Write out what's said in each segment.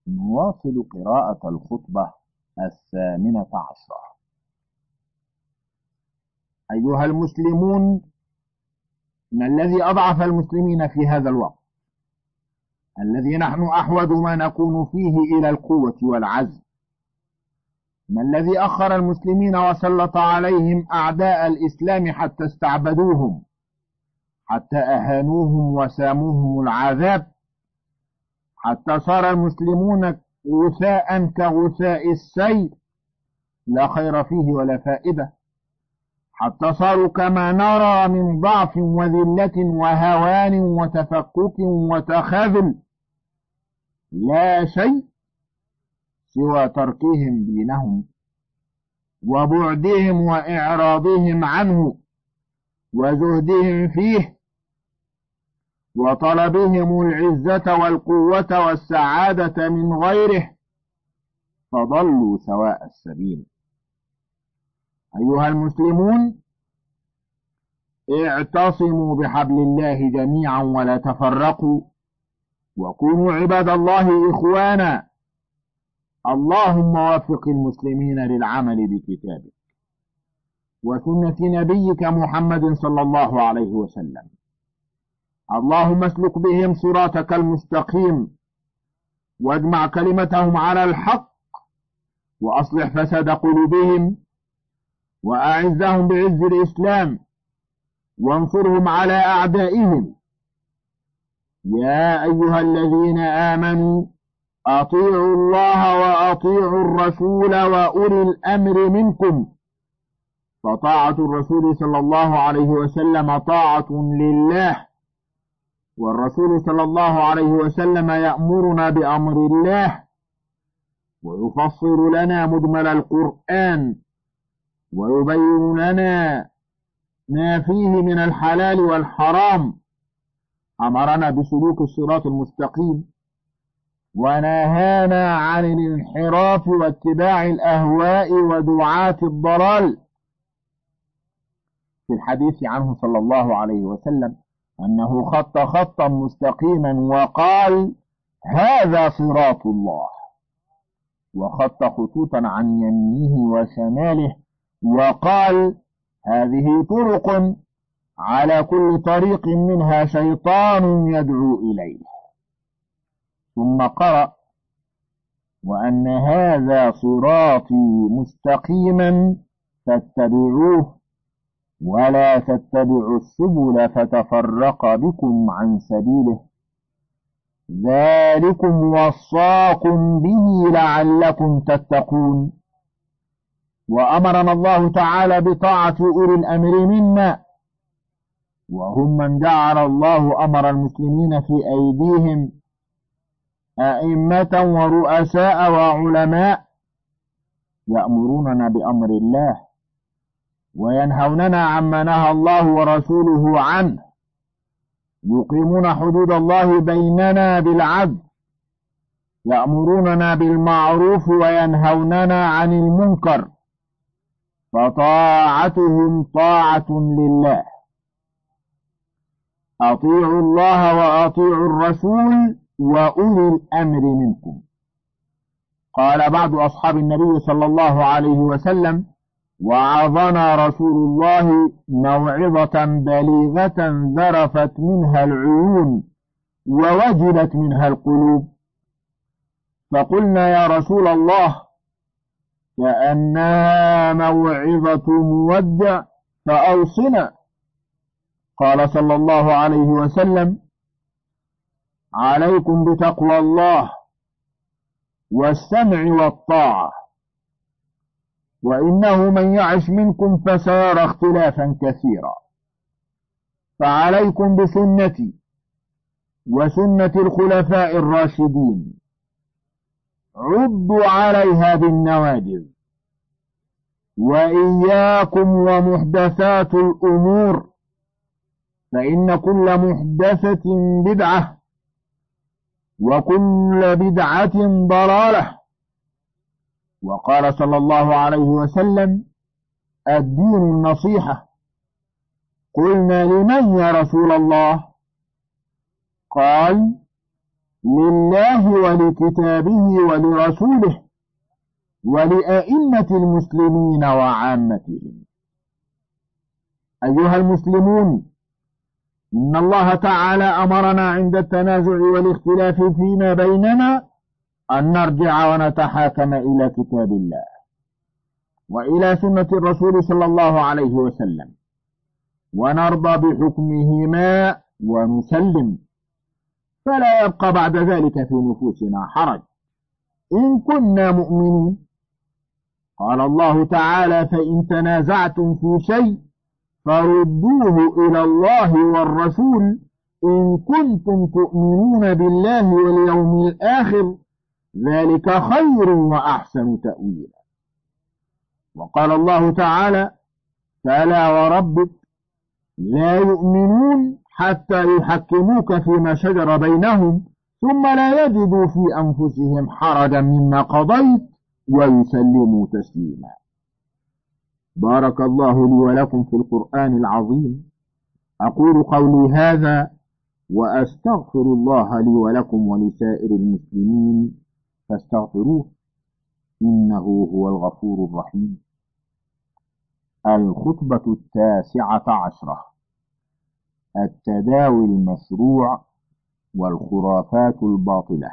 نواصل قراءة الخطبة 18. أيها المسلمون، ما الذي أضعف المسلمين في هذا الوقت الذي نحن أحوج ما نكون فيه إلى القوة والعزم؟ ما الذي أخر المسلمين وسلط عليهم أعداء الإسلام حتى استعبدوهم، حتى أهانوهم وساموهم العذاب، حتى صار المسلمون غثاء كغثاء السيل، لا خير فيه ولا فائدة، حتى صاروا كما نرى من ضعف وذلة وهوان وتفكك وتخاذل، لا شيء سوى تركهم دينهم وبعدهم وإعراضهم عنه وزهدهم فيه وطلبهم العزة والقوة والسعادة من غيره، فضلوا سواء السبيل. أيها المسلمون، اعتصموا بحبل الله جميعا ولا تفرقوا، وكونوا عباد الله إخوانا. اللهم وفق المسلمين للعمل بكتابك وسنة نبيك محمد صلى الله عليه وسلم. اللهم اسلك بهم صراطك المستقيم، واجمع كلمتهم على الحق، وأصلح فساد قلوبهم، وأعزهم بعز الإسلام، وانصرهم على أعدائهم. يا أيها الذين آمنوا أطيعوا الله وأطيعوا الرسول وأولي الأمر منكم، فطاعة الرسول صلى الله عليه وسلم طاعة لله، والرسول صلى الله عليه وسلم يأمرنا بأمر الله، ويفسر لنا مجمل القرآن، ويبين لنا ما فيه من الحلال والحرام. أمرنا بسلوك الصراط المستقيم، ونهانا عن الانحراف واتباع الأهواء ودعاة الضلال. في الحديث عنه صلى الله عليه وسلم أنه خط خطا مستقيما وقال: هذا صراط الله، وخط خطوطا عن يمينه وشماله وقال: هذه طرق، على كل طريق منها شيطان يدعو إليه. ثم قرأ: وأن هذا صراطي مستقيما فاتبعوه ولا تتبعوا السبل فتفرق بكم عن سبيله، ذلكم وصاكم به لعلكم تتقون. وأمرنا الله تعالى بطاعة أولي الأمر منا، وهم من جعل الله أمر المسلمين في أيديهم أئمة ورؤساء وعلماء، يأمروننا بأمر الله وينهوننا عما نهى الله ورسوله عنه، يقيمون حدود الله بيننا بالعدل، يأمروننا بالمعروف وينهوننا عن المنكر، فطاعتهم طاعة لله. أطيعوا الله وأطيعوا الرسول وأولي الأمر منكم. قال بعض أصحاب النبي صلى الله عليه وسلم: وعظنا رسول الله موعظة بليغة ذرفت منها العيون ووجلت منها القلوب. فقلنا: يا رسول الله، كأنها موعظة مودع، فأوصنا. قال صلى الله عليه وسلم: عليكم بتقوى الله والسمع والطاعة، وإنه من يعش منكم فسيرى اختلافا كثيرا، فعليكم بسنتي وسنة الخلفاء الراشدين، عضوا عليها بالنواجذ، وإياكم ومحدثات الأمور، فإن كل محدثة بدعة، وكل بدعة ضلالة. وقال صلى الله عليه وسلم: الدين النصيحة. قلنا: لمن يا رسول الله؟ قال: لله ولكتابه ولرسوله ولأئمة المسلمين وعامتهم. أيها المسلمون، إن الله تعالى أمرنا عند التنازع والاختلاف فيما بيننا أن نرجع ونتحاكم إلى كتاب الله وإلى سنة الرسول صلى الله عليه وسلم، ونرضى بحكمهما ونسلم، فلا يبقى بعد ذلك في نفوسنا حرج إن كنا مؤمنين. قال الله تعالى: فإن تنازعتم في شيء فردوه إلى الله والرسول إن كنتم تؤمنون بالله واليوم الآخر ذلك خير وأحسن تأويلا. وقال الله تعالى: فلا وربك لا يؤمنون حتى يحكموك فيما شجر بينهم ثم لا يجدوا في أنفسهم حرجا مما قضيت ويسلموا تسليما. بارك الله لي ولكم في القرآن العظيم. أقول قولي هذا وأستغفر الله لي ولكم ولسائر المسلمين فاستغفروه إنه هو الغفور الرحيم. الخطبة 19: التداوي المشروع والخرافات الباطلة.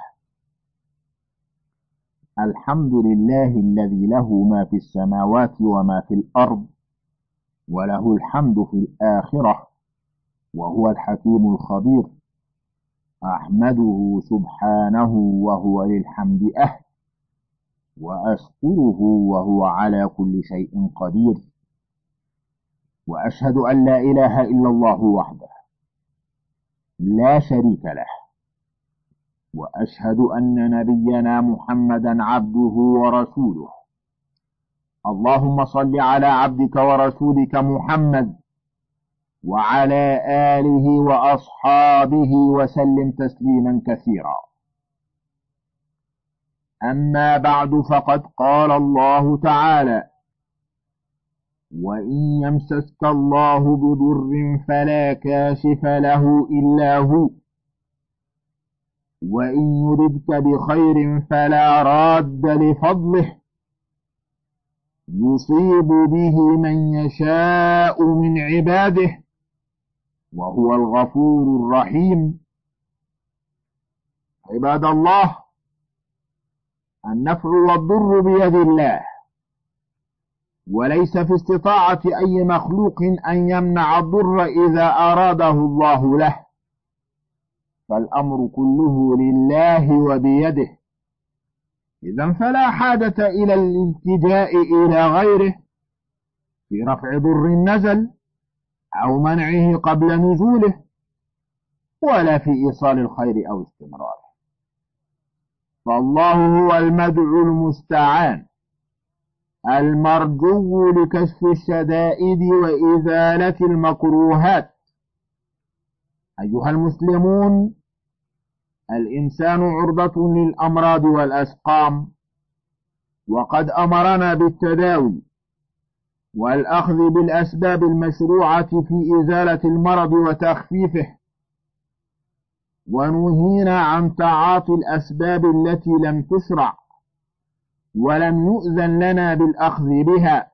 الحمد لله الذي له ما في السماوات وما في الأرض وله الحمد في الآخرة وهو الحكيم الخبير. أحمده سبحانه وهو للحمد أهل، وأشكره وهو على كل شيء قدير، وأشهد أن لا إله إلا الله وحده لا شريك له، وأشهد أن نبينا محمدا عبده ورسوله. اللهم صل على عبدك ورسولك محمد وعلى آله وأصحابه وسلم تسليما كثيرا. أما بعد، فقد قال الله تعالى: وإن يمسسك الله بضر فلا كاشف له إلا هو، وإن يردك بخير فلا راد لفضله، يصيب به من يشاء من عباده وهو الغفور الرحيم. عباد الله، النفع والضر بيد الله، وليس في استطاعة أي مخلوق أن يمنع الضر إذا أراده الله له، فالأمر كله لله وبيده. إذن فلا حاجة إلى الالتجاء إلى غيره في رفع ضر نزل أو منعه قبل نزوله، ولا في إيصال الخير أو استمراره، فالله هو المدعو المستعان المرجو لكشف الشدائد وإزالة المكروهات. أيها المسلمون، الإنسان عرضة للأمراض والأسقام، وقد أمرنا بالتداوي والأخذ بالأسباب المشروعة في إزالة المرض وتخفيفه، ونهينا عن تعاطي الأسباب التي لم تشرع ولم يؤذن لنا بالأخذ بها،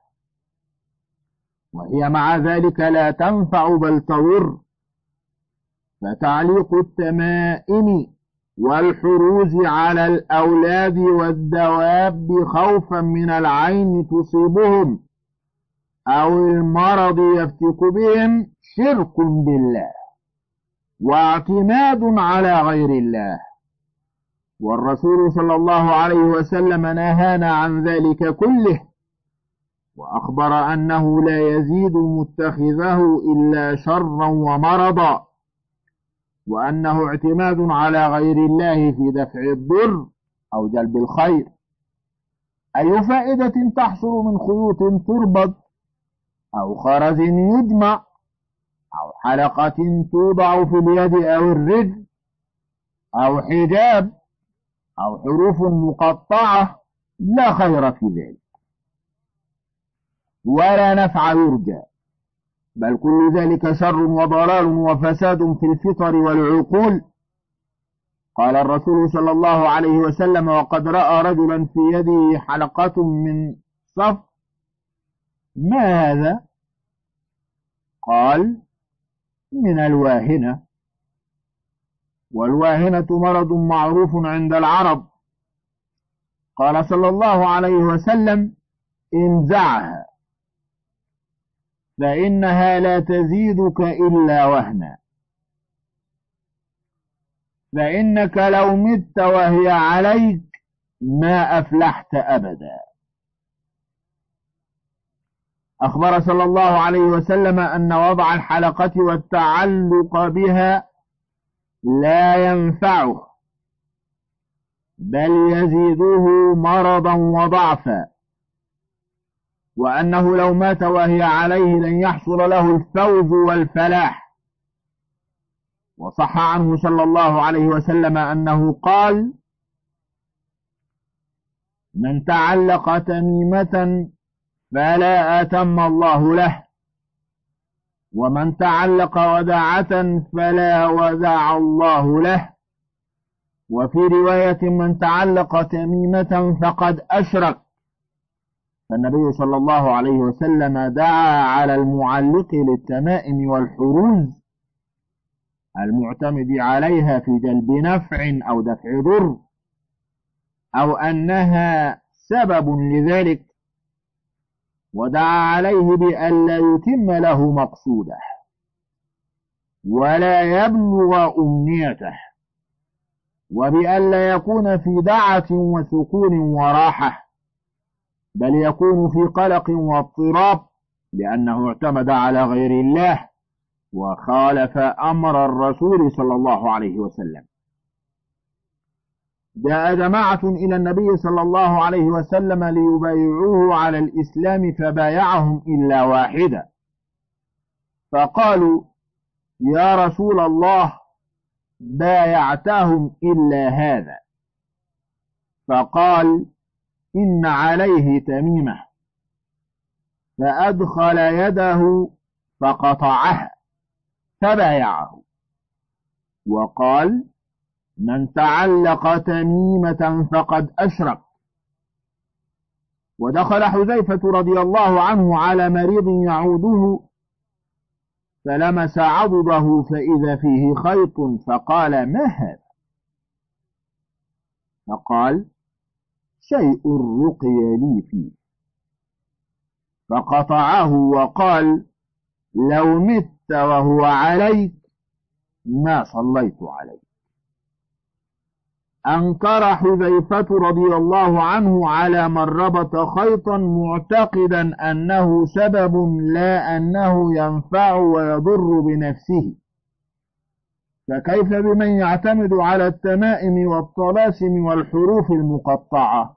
وهي مع ذلك لا تنفع بل تضر. فتعليق التمائم والحروز على الأولاد والدواب خوفا من العين تصيبهم أو المرض يفتك بهم شرك بالله واعتماد على غير الله، والرسول صلى الله عليه وسلم نهانا عن ذلك كله، وأخبر أنه لا يزيد متخذه إلا شرا ومرضا، وأنه اعتماد على غير الله في دفع الضر أو جلب الخير. أي فائدة تحصل من خيوط تربط أو خرز يجمع أو حلقة توضع في اليد أو الرجل أو حجاب أو حروف مقطعة، لا خير في ذلك ولا نفع يرجى، بل كل ذلك شر وضلال وفساد في الفطر والعقول. قال الرسول صلى الله عليه وسلم: وقد رأى رجلا في يده حلقة من صف. ما هذا؟ قال: من الواهنة، والواهنة مرض معروف عند العرب. قال صلى الله عليه وسلم: انزعها فإنها لا تزيدك إلا وهنا، فإنك لو مت وهي عليك ما أفلحت أبدا. أخبر صلى الله عليه وسلم أن وضع الحلقة والتعلق بها لا ينفعه، بل يزيده مرضا وضعفا، وأنه لو مات وهي عليه لن يحصل له الفوز والفلاح. وصح عنه صلى الله عليه وسلم أنه قال: من تعلق تميمة فلا أتم الله له، ومن تعلق وداعة فلا ودع الله له. وفي رواية: من تعلق تميمة فقد أشرك. فالنبي صلى الله عليه وسلم دعا على المعلق للتمائم والحروز المعتمد عليها في جلب نفع أو دفع ضر، أو أنها سبب لذلك، ودعا عليه بألا يتم له مقصوده ولا يبلغ أمنيته، وبألا يكون في دعة وسكون وراحة، بل يكون في قلق واضطراب، لأنه اعتمد على غير الله وخالف أمر الرسول صلى الله عليه وسلم. جاء جماعة إلى النبي صلى الله عليه وسلم ليبايعوه على الإسلام فبايعهم إلا واحدا، فقالوا: يا رسول الله، بايعتهم إلا هذا. فقال: إن عليه تميمة. فأدخل يده فقطعها فبايعه، وقال: من تعلق تميمة فقد أشرك. ودخل حذيفة رضي الله عنه على مريض يعوده فلمس عضده فإذا فيه خيط، فقال: ما هذا؟ فقال: شيء رقي لي فيه. فقطعه وقال: لو مت وهو عليك ما صليت عليك. أنكر حذيفة رضي الله عنه على من ربط خيطا معتقدا أنه سبب لا أنه ينفع ويضر بنفسه، فكيف بمن يعتمد على التمائم والطلاسم والحروف المقطعة؟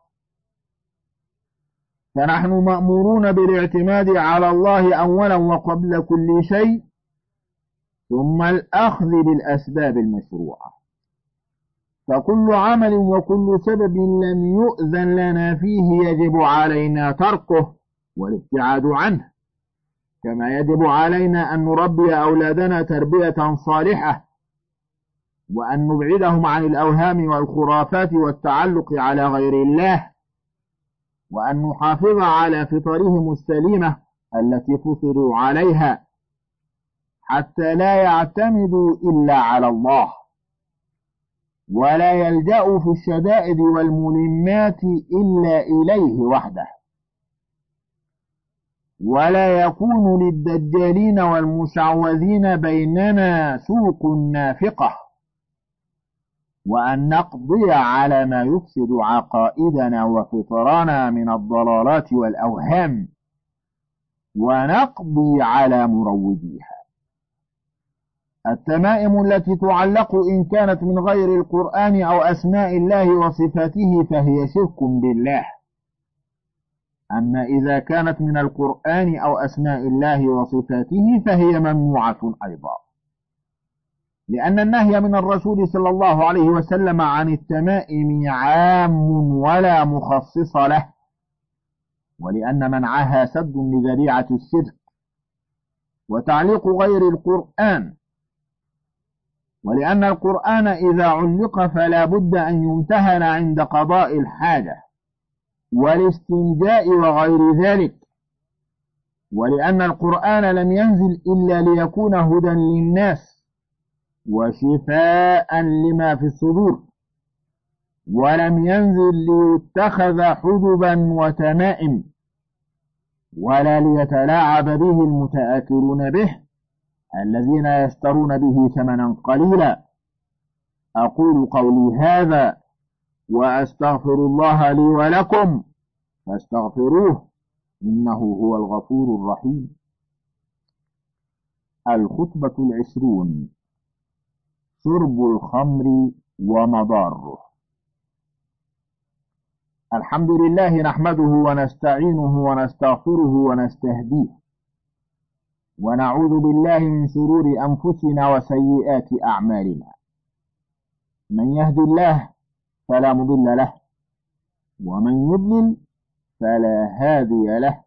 فنحن مأمورون بالاعتماد على الله أولا وقبل كل شيء، ثم الأخذ بالأسباب المشروعة. فكل عمل وكل سبب لم يؤذن لنا فيه يجب علينا تركه والابتعاد عنه، كما يجب علينا أن نربي أولادنا تربية صالحة، وأن نبعدهم عن الأوهام والخرافات والتعلق على غير الله، وأن نحافظ على فطرهم السليمة التي فطروا عليها، حتى لا يعتمدوا إلا على الله، ولا يلجأوا في الشدائد والملمات إلا إليه وحده، ولا يكون للدجالين والمشعوذين بيننا سوق نافقة، وأن نقضي على ما يفسد عقائدنا وفطرنا من الضلالات والأوهام، ونقضي على مروجيها. التمائم التي تعلق إن كانت من غير القرآن أو أسماء الله وصفاته فهي شرك بالله، أما إذا كانت من القرآن أو أسماء الله وصفاته فهي ممنوعة أيضا، لأن النهي من الرسول صلى الله عليه وسلم عن التمائم عام ولا مخصص له، ولأن منعها سد لذريعة الشرك. وتعليق غير القرآن ولأن القرآن إذا علق فلا بد أن يمتهن عند قضاء الحاجة والاستنجاء وغير ذلك، ولأن القرآن لم ينزل إلا ليكون هدى للناس وشفاء لما في الصدور، ولم ينزل ليتخذ حجبا وتمائم، ولا ليتلاعب به المتآكلون به الذين يشترون به ثمنا قليلا. أقول قولي هذا وأستغفر الله لي ولكم فاستغفروه إنه هو الغفور الرحيم. الخطبة 20: شرب الخمر ومضاره. الحمد لله نحمده ونستعينه ونستغفره ونستهديه، ونعوذ بالله من شرور أنفسنا وسيئات أعمالنا. من يهد الله فلا مضل له، ومن يضلل فلا هادي له،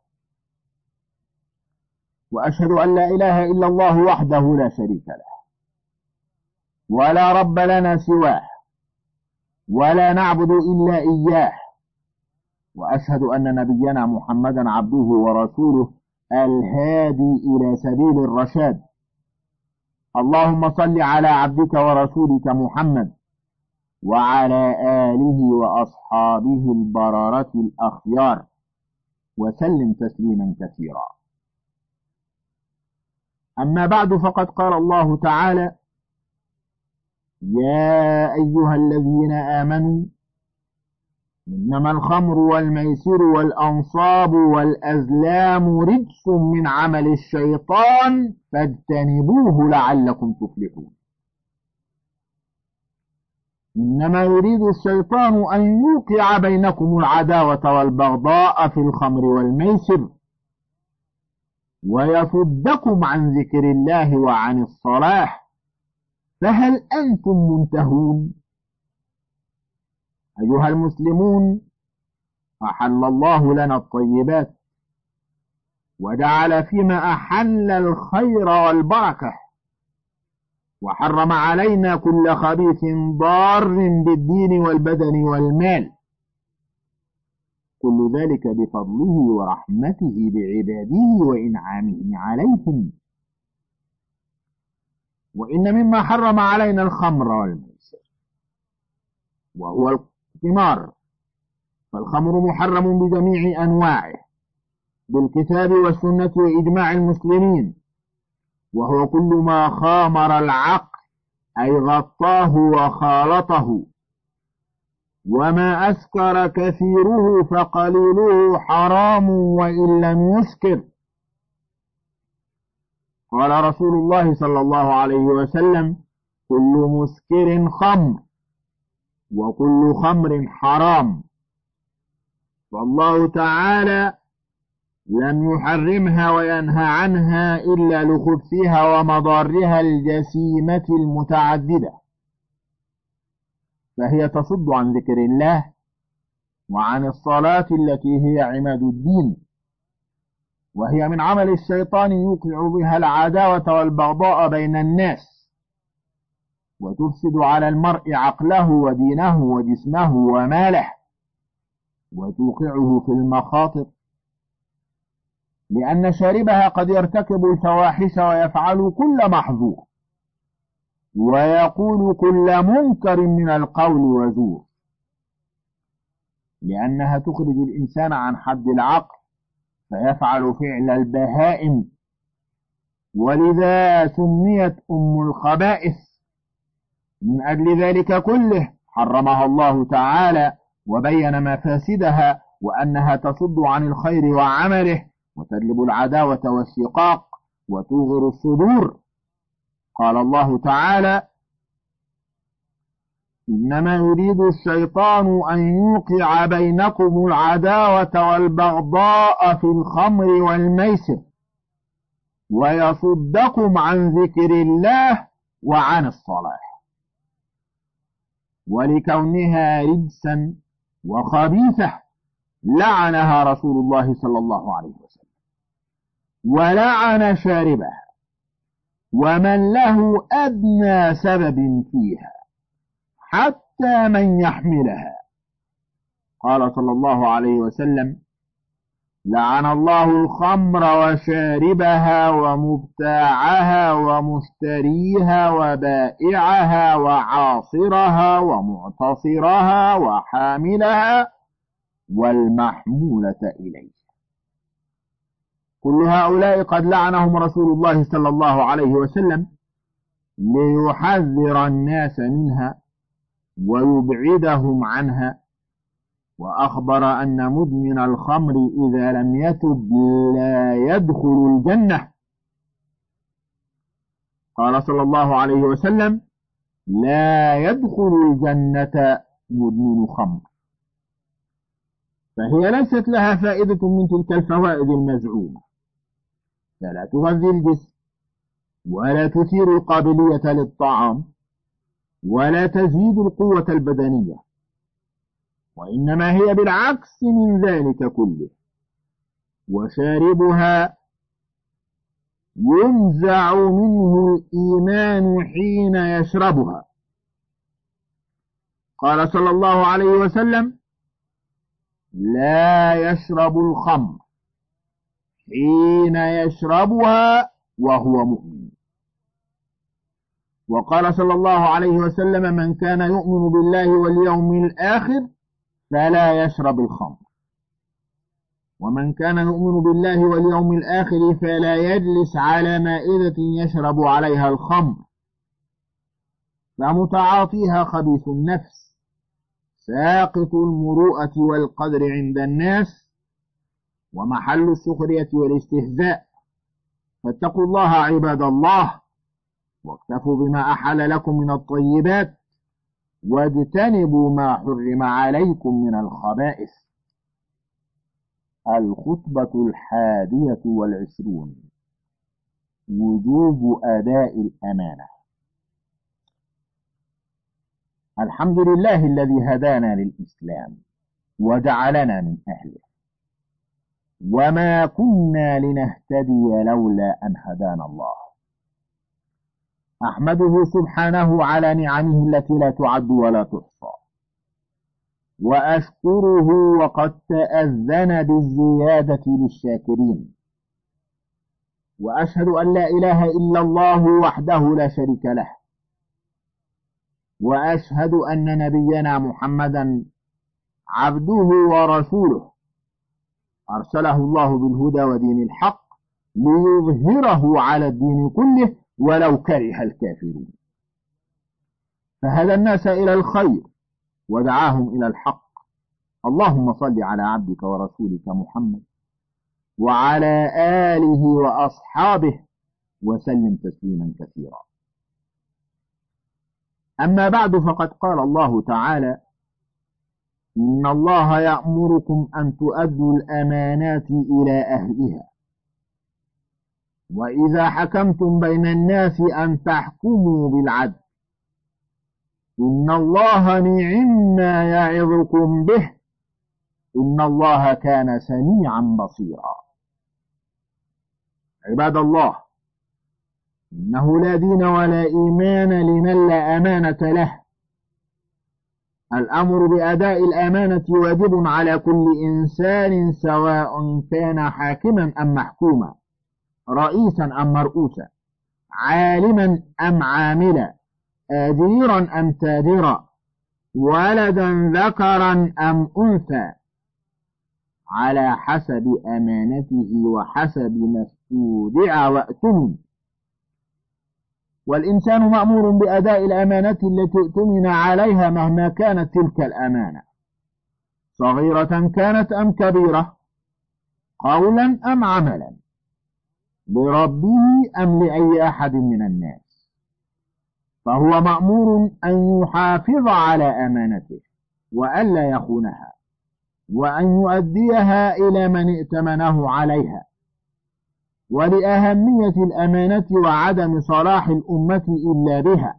وأشهد أن لا إله إلا الله وحده لا شريك له، ولا رب لنا سواه، ولا نعبد إلا إياه، وأشهد أن نبينا محمدا عبده ورسوله الهادي إلى سبيل الرشاد. اللهم صل على عبدك ورسولك محمد وعلى آله وأصحابه البررة الأخيار، وسلم تسليما كثيرا. أما بعد، فقد قال الله تعالى: يا أيها الذين آمنوا إنما الخمر والميسر والأنصاب والأزلام رجس من عمل الشيطان فاجتنبوه لعلكم تفلحون. إنما يريد الشيطان أن يوقع بينكم العداوة والبغضاء في الخمر والميسر ويصدكم عن ذكر الله وعن الصلاة، فهل أنتم منتهون؟ أيها المسلمون، أحل الله لنا الطيبات وجعل فيما أحل الخير والبركة، وحرم علينا كل خبيث ضار بالدين والبدن والمال، كل ذلك بفضله ورحمته بعباده وإنعامه عليهم. وإن مما حرم علينا الخمر والميسر وهو القمار، فالخمر محرم بجميع أنواعه بالكتاب والسنة وإجماع المسلمين، وهو كل ما خامر العقل أي غطاه وخالطه، وما أسكر كثيره فقليله حرام وإن لم يسكر. قال رسول الله صلى الله عليه وسلم: كل مسكر خمر وكل خمر حرام. والله تعالى لم يحرمها وينهى عنها إلا لخبثها ومضارها الجسيمة المتعددة، فهي تصد عن ذكر الله وعن الصلاة التي هي عماد الدين، وهي من عمل الشيطان يوقع بها العداوة والبغضاء بين الناس، وتفسد على المرء عقله ودينه وجسمه وماله، وتوقعه في المخاطر، لأن شاربها قد يرتكب الفواحش ويفعل كل محظور ويقول كل منكر من القول وزور، لأنها تخرج الإنسان عن حد العقل فيفعل فعل البهائم، ولذا سميت أم الخبائث. من أجل ذلك كله حرمها الله تعالى وبين مفاسدها، وأنها تصد عن الخير وعمله وتجلب العداوة والشقاق وتوغر الصدور. قال الله تعالى: إنما يريد الشيطان أن يوقع بينكم العداوة والبغضاء في الخمر والميسر ويصدكم عن ذكر الله وعن الصلاة. ولكونها رجسا وخبيثة لعنها رسول الله صلى الله عليه وسلم ولعن شاربها، ومن له أدنى سبب فيها حتى من يحملها. قال صلى الله عليه وسلم: لعن الله الخمر وشاربها ومبتاعها ومشتريها وبائعها وعاصرها ومعتصرها وحاملها والمحمولة إليه. كل هؤلاء قد لعنهم رسول الله صلى الله عليه وسلم ليحذر الناس منها ويبعدهم عنها، وأخبر أن مدمن الخمر إذا لم يتب لا يدخل الجنة. قال صلى الله عليه وسلم: لا يدخل الجنة مدمن خمر. فهي ليست لها فائدة من تلك الفوائد المزعومة، فلا تغذي الجسم ولا تثير القابلية للطعام ولا تزيد القوة البدنية، وإنما هي بالعكس من ذلك كله. وشاربها ينزع منه الإيمان حين يشربها. قال صلى الله عليه وسلم: لا يشرب الخمر حين يشربها وهو مؤمن. وقال صلى الله عليه وسلم: من كان يؤمن بالله واليوم الآخر فلا يشرب الخمر، ومن كان يؤمن بالله واليوم الآخر فلا يجلس على مائدة يشرب عليها الخمر، فمتعاطيها خبيث النفس ساقط المروءة والقدر عند الناس ومحل السخرية والاستهزاء. فاتقوا الله عباد الله، واكتفوا بما أحل لكم من الطيبات، واجتنبوا ما حرم عليكم من الخبائث. الخطبة 21: وجوب أداء الأمانة. الحمد لله الذي هدانا للإسلام وجعلنا من أهله، وما كنا لنهتدي لولا أن هدانا الله. أحمده سبحانه على نعمه التي لا تعد ولا تحصى، وأشكره وقد تأذن بالزيادة للشاكرين، وأشهد أن لا إله إلا الله وحده لا شريك له، وأشهد أن نبينا محمدا عبده ورسوله أرسله الله بالهدى ودين الحق ليظهره على الدين كله ولو كره الكافرون. فهدى الناس إلى الخير ودعاهم إلى الحق. اللهم صل على عبدك ورسولك محمد وعلى آله وأصحابه وسلم تسليما كثيرا. أما بعد، فقد قال الله تعالى: إن الله يأمركم أن تؤدوا الأمانات إلى أهلها، وإذا حكمتم بين الناس أن تحكموا بالعدل، إن الله نعم يعظكم به، إن الله كان سميعا بصيرا. عباد الله، إنه لا دين ولا إيمان لمن لا أمانة له. الأمر بأداء الأمانة واجب على كل إنسان، سواء كان حاكما أم محكوما، رئيسا أم مرؤوسا، عالما أم عاملا، آجيرا أم تاجرا، ولدا ذكرا أم أنثى، على حسب أمانته وحسب ما استودع وأتمن. والإنسان مأمور بأداء الأمانة التي اؤتمن عليها مهما كانت تلك الأمانة، صغيرة كانت أم كبيرة، قولا أم عملا، لربه أم لأي أحد من الناس، فهو مأمور أن يحافظ على أمانته وألا يخونها، وأن يؤديها إلى من ائتمنه عليها. ولأهمية الأمانة وعدم صلاح الأمة إلا بها،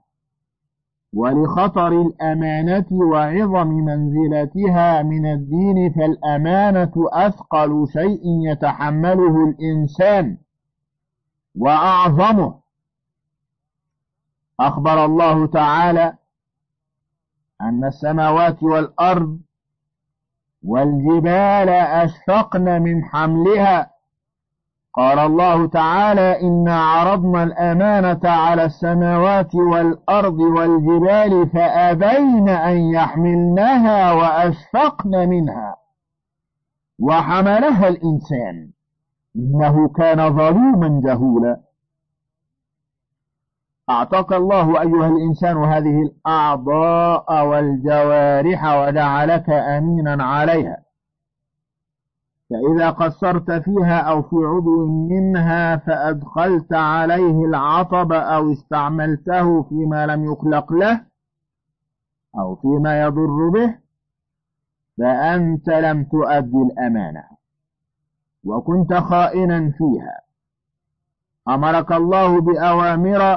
ولخطر الأمانة وعظم منزلتها من الدين، فالأمانة أثقل شيء يتحمله الإنسان وأعظمه، أخبر الله تعالى أن السماوات والأرض والجبال أشفقن من حملها. قال الله تعالى: إنا عرضنا الأمانة على السماوات والأرض والجبال فأبين أن يحملنها وأشفقن منها وحملها الإنسان إنه كان ظلوما جهولا. أعطاك الله أيها الإنسان هذه الأعضاء والجوارح وجعلك أمينا عليها، فإذا قصرت فيها أو في عضو منها فأدخلت عليه العطب أو استعملته فيما لم يخلق له أو فيما يضر به فأنت لم تؤدي الأمانة وكنت خائنا فيها. أمرك الله بأوامر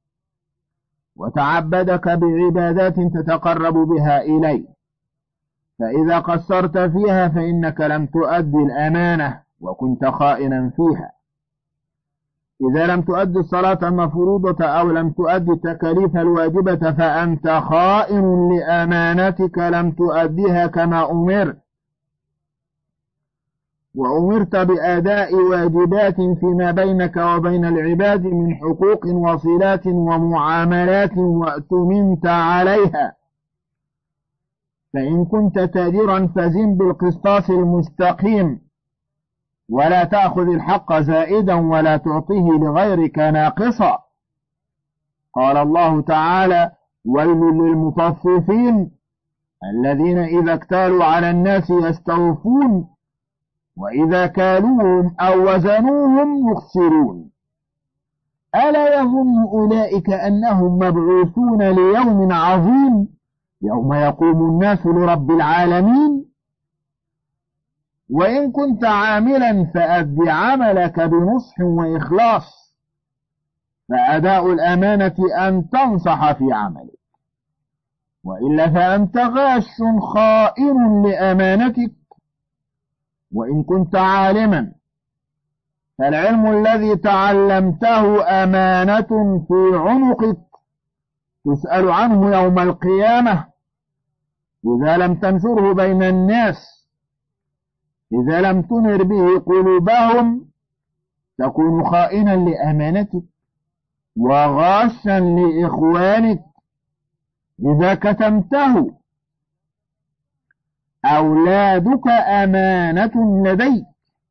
وتعبدك بعبادات تتقرب بها إليه، فإذا قصرت فيها فإنك لم تؤدي الأمانة وكنت خائنا فيها. إذا لم تؤدي الصلاة المفروضة أو لم تؤدي التكاليف الواجبة فأنت خائن لأمانتك لم تؤديها كما أمرت، وأمرت بأداء واجبات فيما بينك وبين العباد من حقوق وصلات ومعاملات وأتمنت عليها. فإن كنت تاجرا فزن بالقسطاس المستقيم ولا تأخذ الحق زائدا ولا تعطيه لغيرك ناقصا. قال الله تعالى: ويل للمطففين الذين إذا اكتالوا على الناس يستوفون وإذا كالوهم أو وزنوهم يخسرون. ألا يظن أولئك أنهم مبعوثون ليوم عظيم يوم يقوم الناس لرب العالمين. وإن كنت عاملا فأد عملك بنصح وإخلاص، فأداء الأمانة أن تنصح في عملك، وإلا فأنت غاش خائن لأمانتك. وإن كنت عالما فالعلم الذي تعلمته أمانة في عنقك تسأل عنه يوم القيامة إذا لم تنشره بين الناس، إذا لم تنر به قلوبهم تكون خائنا لأمانتك وغاشا لإخوانك. إذا كتمته أولادك أمانة لديك،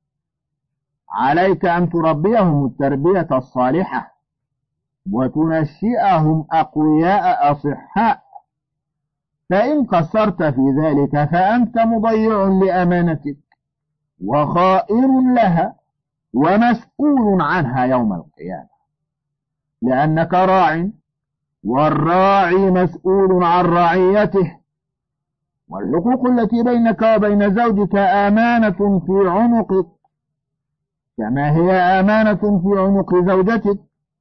عليك أن تربيهم التربية الصالحة وتنشئهم أقوياء أصحاء. فإن قصرت في ذلك فأنت مضيع لأمانتك وخائر لها ومسؤول عنها يوم القيامة، لأنك راع، والراعي مسؤول عن رعيته. والحقوق التي بينك وبين زوجك أمانة في عنقك كما هي أمانة في عنق زوجتك.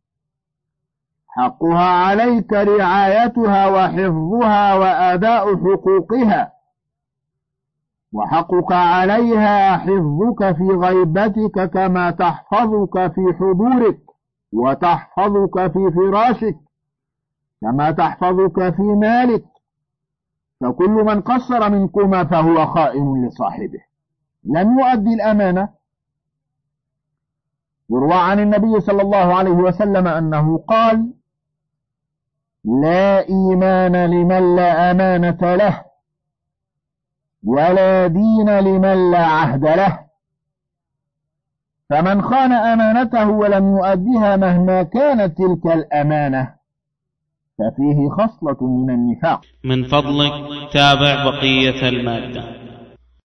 حقها عليك رعايتها وحفظها وأداء حقوقها، وحقك عليها حفظك في غيبتك كما تحفظك في حضورك، وتحفظك في فراشك كما تحفظك في مالك. فكل من قصر منكما فهو خائن لصاحبه، لم يؤدي الأمانة. يروى عن النبي صلى الله عليه وسلم أنه قال: لا إيمان لمن لا أمانة له، ولا دين لمن لا عهد له. فمن خان أمانته ولم يؤديها مهما كانت تلك الأمانة ففيه خصلة من النفاق. من فضلك تابع بقية المادة.